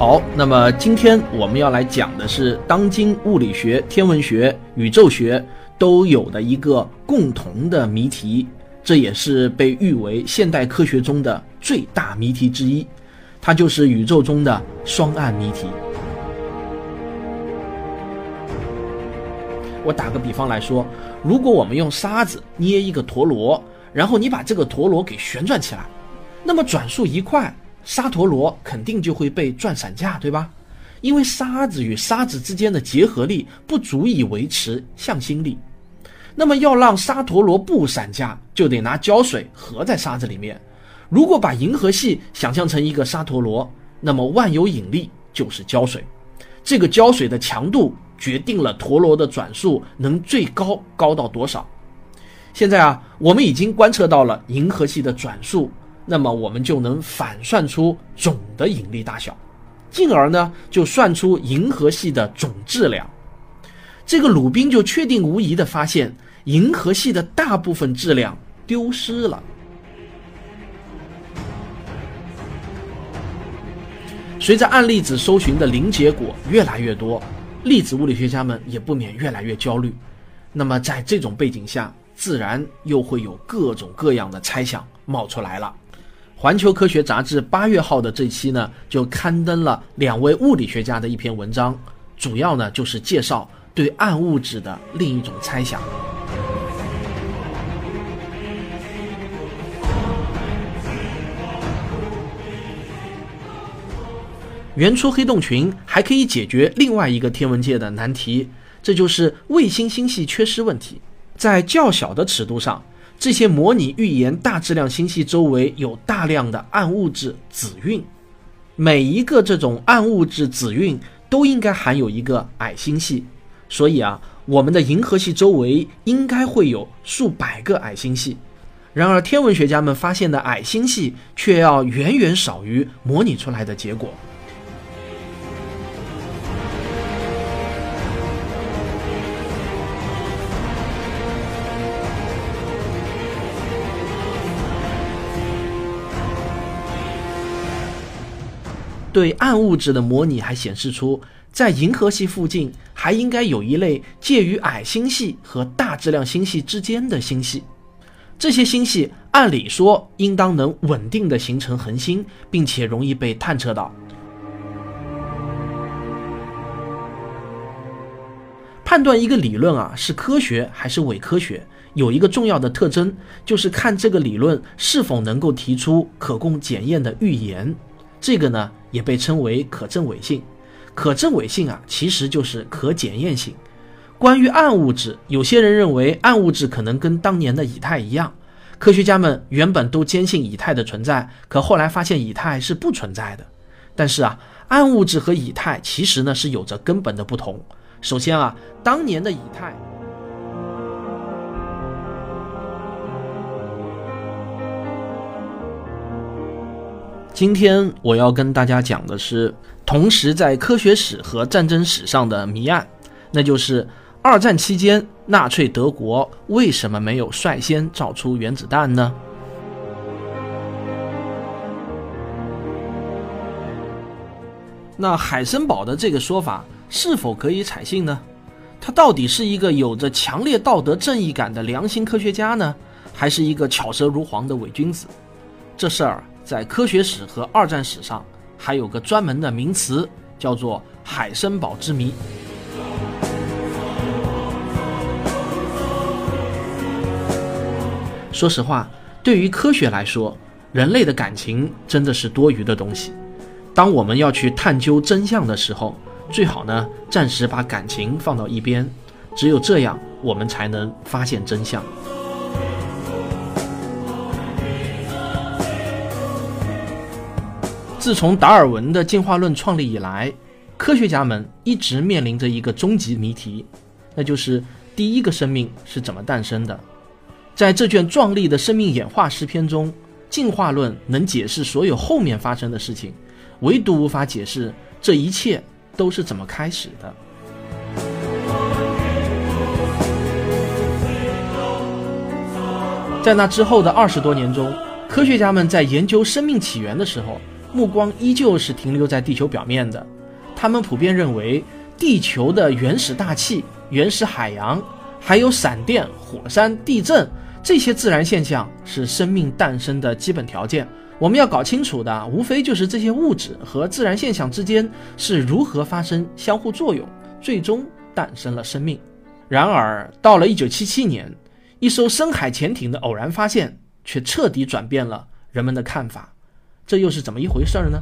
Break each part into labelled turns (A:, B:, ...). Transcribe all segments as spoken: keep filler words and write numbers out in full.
A: 好，那么今天我们要来讲的是当今物理学、天文学、宇宙学都有的一个共同的谜题，这也是被誉为现代科学中的最大谜题之一，它就是宇宙中的双暗谜题。我打个比方来说，如果我们用沙子捏一个陀螺，然后你把这个陀螺给旋转起来，那么转速一快，沙陀螺肯定就会被转散架，对吧？因为沙子与沙子之间的结合力不足以维持向心力。那么要让沙陀螺不散架，就得拿胶水合在沙子里面。如果把银河系想象成一个沙陀螺，那么万有引力就是胶水，这个胶水的强度决定了陀螺的转速能最高高到多少。现在啊，我们已经观测到了银河系的转速，那么我们就能反算出总的引力大小，进而呢就算出银河系的总质量。这个鲁宾就确定无疑地发现，银河系的大部分质量丢失了。随着暗粒子搜寻的零结果越来越多，粒子物理学家们也不免越来越焦虑。那么在这种背景下，自然又会有各种各样的猜想冒出来了。环球科学杂志八月号的这期呢，就刊登了两位物理学家的一篇文章，主要呢就是介绍对暗物质的另一种猜想。原初黑洞群还可以解决另外一个天文界的难题，这就是卫星星系缺失问题。在较小的尺度上，这些模拟预言大质量星系周围有大量的暗物质子晕，每一个这种暗物质子晕都应该含有一个矮星系，所以啊，我们的银河系周围应该会有数百个矮星系。然而天文学家们发现的矮星系却要远远少于模拟出来的结果。对暗物质的模拟还显示出，在银河系附近还应该有一类介于矮星系和大质量星系之间的星系。这些星系按理说应当能稳定地形成恒星，并且容易被探测到。判断一个理论啊是科学还是伪科学，有一个重要的特征，就是看这个理论是否能够提出可供检验的预言。这个呢也被称为可证伪性。可证伪性啊其实就是可检验性。关于暗物质，有些人认为暗物质可能跟当年的以太一样，科学家们原本都坚信以太的存在，可后来发现以太是不存在的。但是啊，暗物质和以太其实呢是有着根本的不同。首先啊，当年的以太今天我要跟大家讲的是同时在科学史和战争史上的谜案，那就是二战期间纳粹德国为什么没有率先造出原子弹呢？那海森堡的这个说法是否可以采信呢？他到底是一个有着强烈道德正义感的良心科学家呢，还是一个巧舌如簧的伪君子？这事儿在科学史和二战史上还有个专门的名词，叫做海森堡之谜。说实话，对于科学来说，人类的感情真的是多余的东西。当我们要去探究真相的时候，最好呢暂时把感情放到一边，只有这样我们才能发现真相。自从达尔文的进化论创立以来，科学家们一直面临着一个终极谜题，那就是第一个生命是怎么诞生的。在这卷壮丽的生命演化诗篇中，进化论能解释所有后面发生的事情，唯独无法解释这一切都是怎么开始的。在那之后的二十多年中，科学家们在研究生命起源的时候， 目光依旧是停留在地球表面的。他们普遍认为，地球的原始大气、原始海洋，还有闪电、火山、地震这些自然现象是生命诞生的基本条件。我们要搞清楚的，无非就是这些物质和自然现象之间是如何发生相互作用，最终诞生了生命。然而，到了一九七七年，一艘深海潜艇的偶然发现，却彻底转变了人们的看法。这又是怎么一回事呢？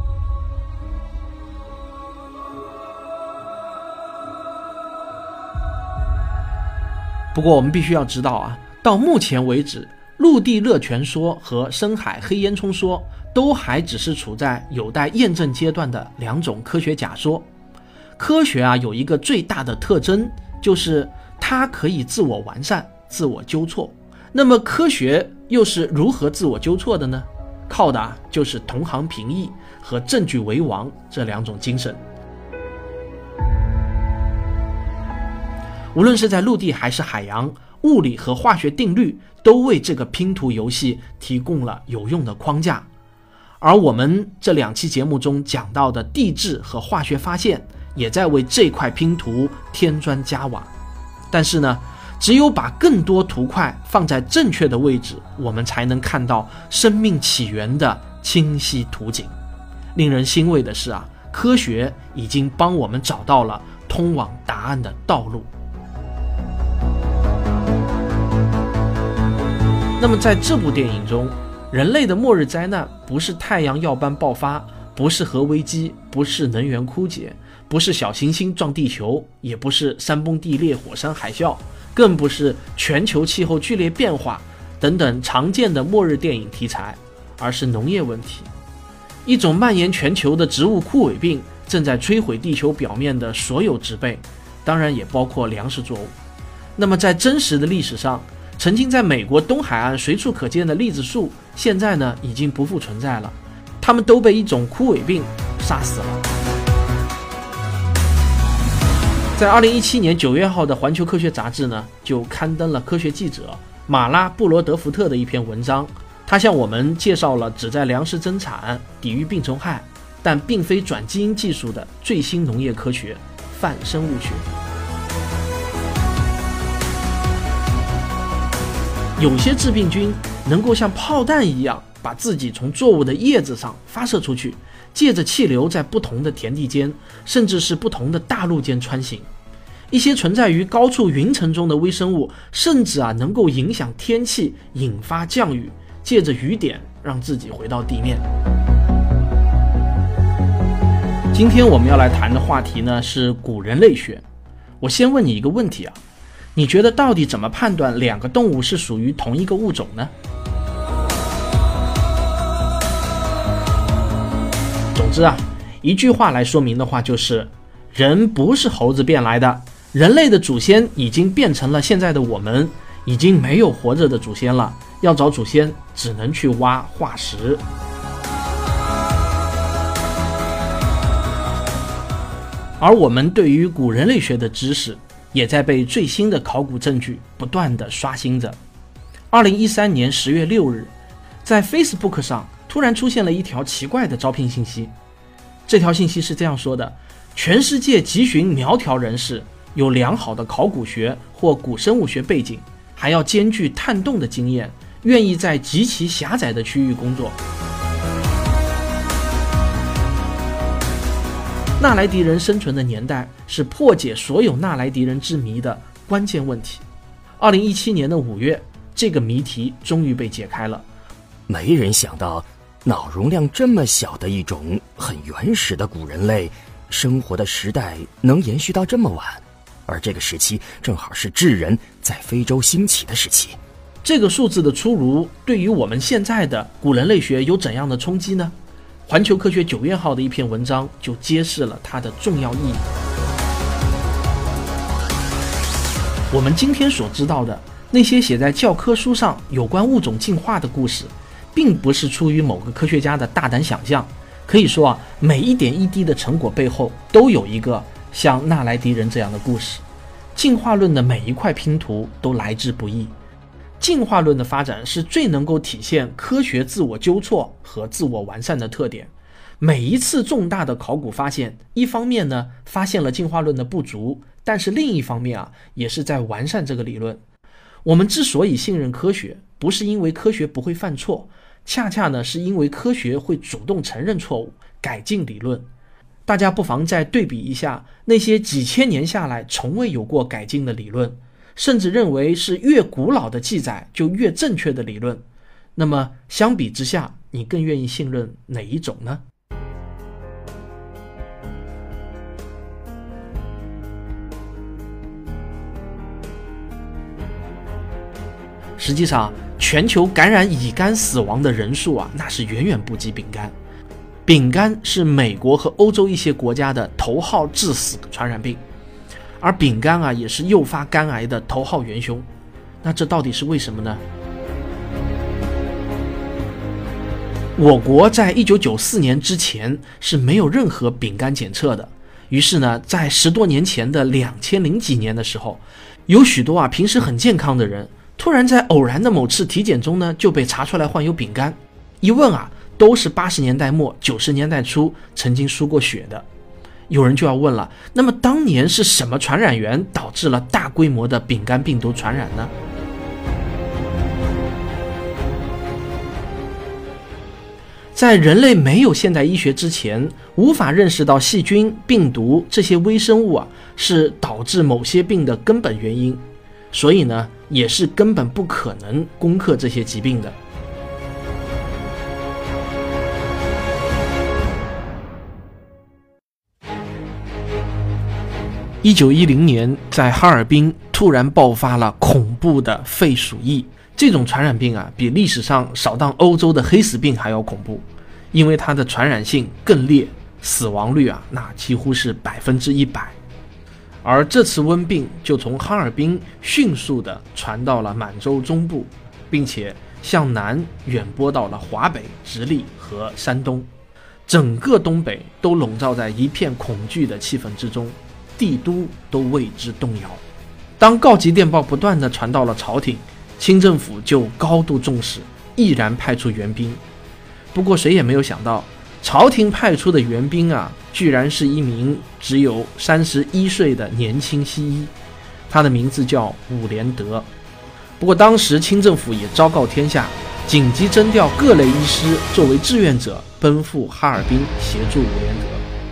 A: 不过我们必须要知道啊，到目前为止，陆地热泉说和深海黑烟囱说都还只是处在有待验证阶段的两种科学假说。科学啊，有一个最大的特征，就是它可以自我完善、自我纠错。那么科学又是如何自我纠错的呢？靠的啊，就是同行评议和证据为王这两种精神。无论是在陆地还是海洋，物理和化学定律都为这个拼图游戏提供了有用的框架。而我们这两期节目中讲到的地质和化学发现，也在为这块拼图添砖加瓦。但是呢，只有把更多图块放在正确的位置，我们才能看到生命起源的清晰图景。令人欣慰的是啊，科学已经帮我们找到了通往答案的道路。那么在这部电影中，人类的末日灾难不是太阳耀斑爆发，不是核危机，不是能源枯竭，不是小行星撞地球，也不是山崩地裂、火山海啸，更不是全球气候剧烈变化等等常见的末日电影题材，而是农业问题。一种蔓延全球的植物枯萎病正在摧毁地球表面的所有植被，当然也包括粮食作物。那么在真实的历史上，曾经在美国东海岸随处可见的栗子树，现在呢已经不复存在了，它们都被一种枯萎病杀死了。在二零一七年九月号的《环球科学》杂志呢，就刊登了科学记者马拉布罗德福特的一篇文章，他向我们介绍了旨在粮食增产、抵御病虫害，但并非转基因技术的最新农业科学——泛生物学。有些致病菌能够像炮弹一样把自己从作物的叶子上发射出去，借着气流在不同的田地间，甚至是不同的大陆间穿行。一些存在于高处云层中的微生物，甚至啊能够影响天气，引发降雨，借着雨点让自己回到地面。今天我们要来谈的话题呢是古人类学。我先问你一个问题啊，你觉得到底怎么判断两个动物是属于同一个物种呢？总之啊，一句话来说明的话就是，人不是猴子变来的，人类的祖先已经变成了现在的我们，已经没有活着的祖先了，要找祖先只能去挖化石。而我们对于古人类学的知识也在被最新的考古证据不断地刷新着。二零一三年十月六日，在 Facebook 上突然出现了一条奇怪的招聘信息。这条信息是这样说的：全世界急寻苗条人士，有良好的考古学或古生物学背景，还要兼具探洞的经验，愿意在极其狭窄的区域工作。纳莱迪人生存的年代是破解所有纳莱迪人之谜的关键问题。二零一七年的五月，这个谜题终于被解开了。
B: 没人想到，脑容量这么小的一种很原始的古人类，生活的时代能延续到这么晚，而这个时期正好是智人在非洲兴起的时期。
A: 这个数字的出炉，对于我们现在的古人类学有怎样的冲击呢？环球科学九月号的一篇文章就揭示了它的重要意义。我们今天所知道的那些写在教科书上有关物种进化的故事，并不是出于某个科学家的大胆想象。可以说啊，每一点一滴的成果背后都有一个像纳莱迪人这样的故事。进化论的每一块拼图都来之不易。进化论的发展是最能够体现科学自我纠错和自我完善的特点。 每一次重大的考古发现，一方面呢发现了进化论的不足，但是另一方面啊也是在完善这个理论。我们之所以信任科学，不是因为科学不会犯错，恰恰呢是因为科学会主动承认错误，改进理论。大家不妨再对比一下那些几千年下来从未有过改进的理论，甚至认为是越古老的记载就越正确的理论，那么相比之下，你更愿意信任哪一种呢？实际上，全球感染乙肝死亡的人数啊，那是远远不及丙肝。丙肝是美国和欧洲一些国家的头号致死传染病，而丙肝啊也是诱发肝癌的头号元凶。那这到底是为什么呢？我国在一九九四年之前是没有任何丙肝检测的，于是呢，在十多年前的两千零几年的时候，有许多啊平时很健康的人，突然在偶然的某次体检中呢就被查出来患有丙肝。一问啊，都是八十年代末九十年代初曾经输过血的。有人就要问了，那么当年是什么传染源导致了大规模的丙肝病毒传染呢？在人类没有现代医学之前，无法认识到细菌、病毒这些微生物啊是导致某些病的根本原因，所以呢也是根本不可能攻克这些疾病的。一九一零年，在哈尔滨突然爆发了恐怖的肺鼠疫。这种传染病啊，比历史上扫荡欧洲的黑死病还要恐怖，因为它的传染性更烈，死亡率啊，那几乎是百分之一百。而这次瘟病就从哈尔滨迅速地传到了满洲中部，并且向南远播到了华北、直隶和山东，整个东北都笼罩在一片恐惧的气氛之中，帝都都为之动摇。当告急电报不断地传到了朝廷，清政府就高度重视，毅然派出援兵。不过谁也没有想到，朝廷派出的援兵啊，居然是一名只有三十一岁的年轻西医，他的名字叫伍连德。不过当时清政府也昭告天下，紧急征调各类医师作为志愿者奔赴哈尔滨协助伍连德。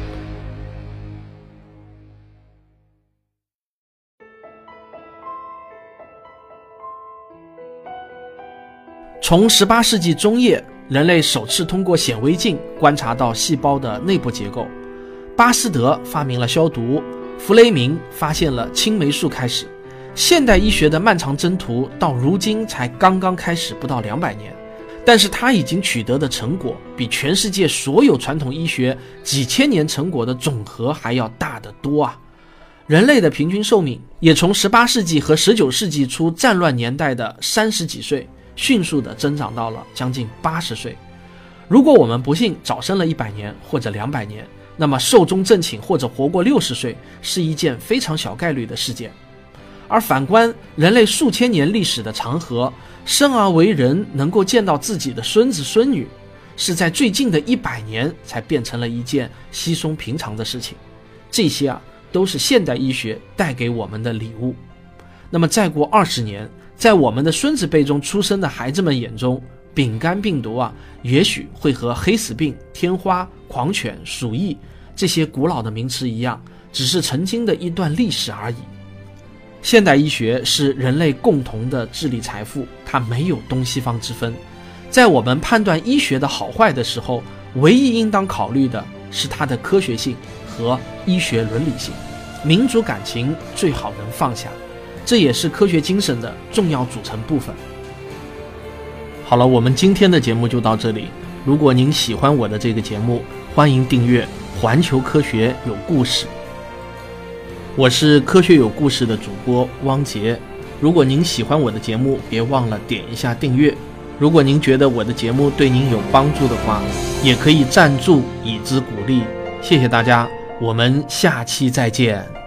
A: 从十八世纪中叶，人类首次通过显微镜观察到细胞的内部结构。巴斯德发明了消毒，弗雷明发现了青霉素开始。现代医学的漫长征途到如今才刚刚开始不到两百年，但是他已经取得的成果比全世界所有传统医学几千年成果的总和还要大得多啊！人类的平均寿命也从十八世纪和十九世纪初战乱年代的三十几岁迅速地增长到了将近八十岁。如果我们不幸早生了一百年或者两百年，那么寿终正寝或者活过六十岁是一件非常小概率的事件。而反观人类数千年历史的长河，生而为人能够见到自己的孙子孙女，是在最近的一百年才变成了一件稀松平常的事情。这些啊，都是现代医学带给我们的礼物。那么再过二十年，在我们的孙子辈中出生的孩子们眼中，丙肝病毒啊，也许会和黑死病、天花、狂犬、鼠疫这些古老的名词一样，只是曾经的一段历史而已。现代医学是人类共同的智力财富，它没有东西方之分。在我们判断医学的好坏的时候，唯一应当考虑的是它的科学性和医学伦理性。民族感情最好能放下，这也是科学精神的重要组成部分。好了，我们今天的节目就到这里。如果您喜欢我的这个节目，欢迎订阅环球科学有故事。我是科学有故事的主播汪杰。如果您喜欢我的节目，别忘了点一下订阅。如果您觉得我的节目对您有帮助的话，也可以赞助以资鼓励。谢谢大家，我们下期再见。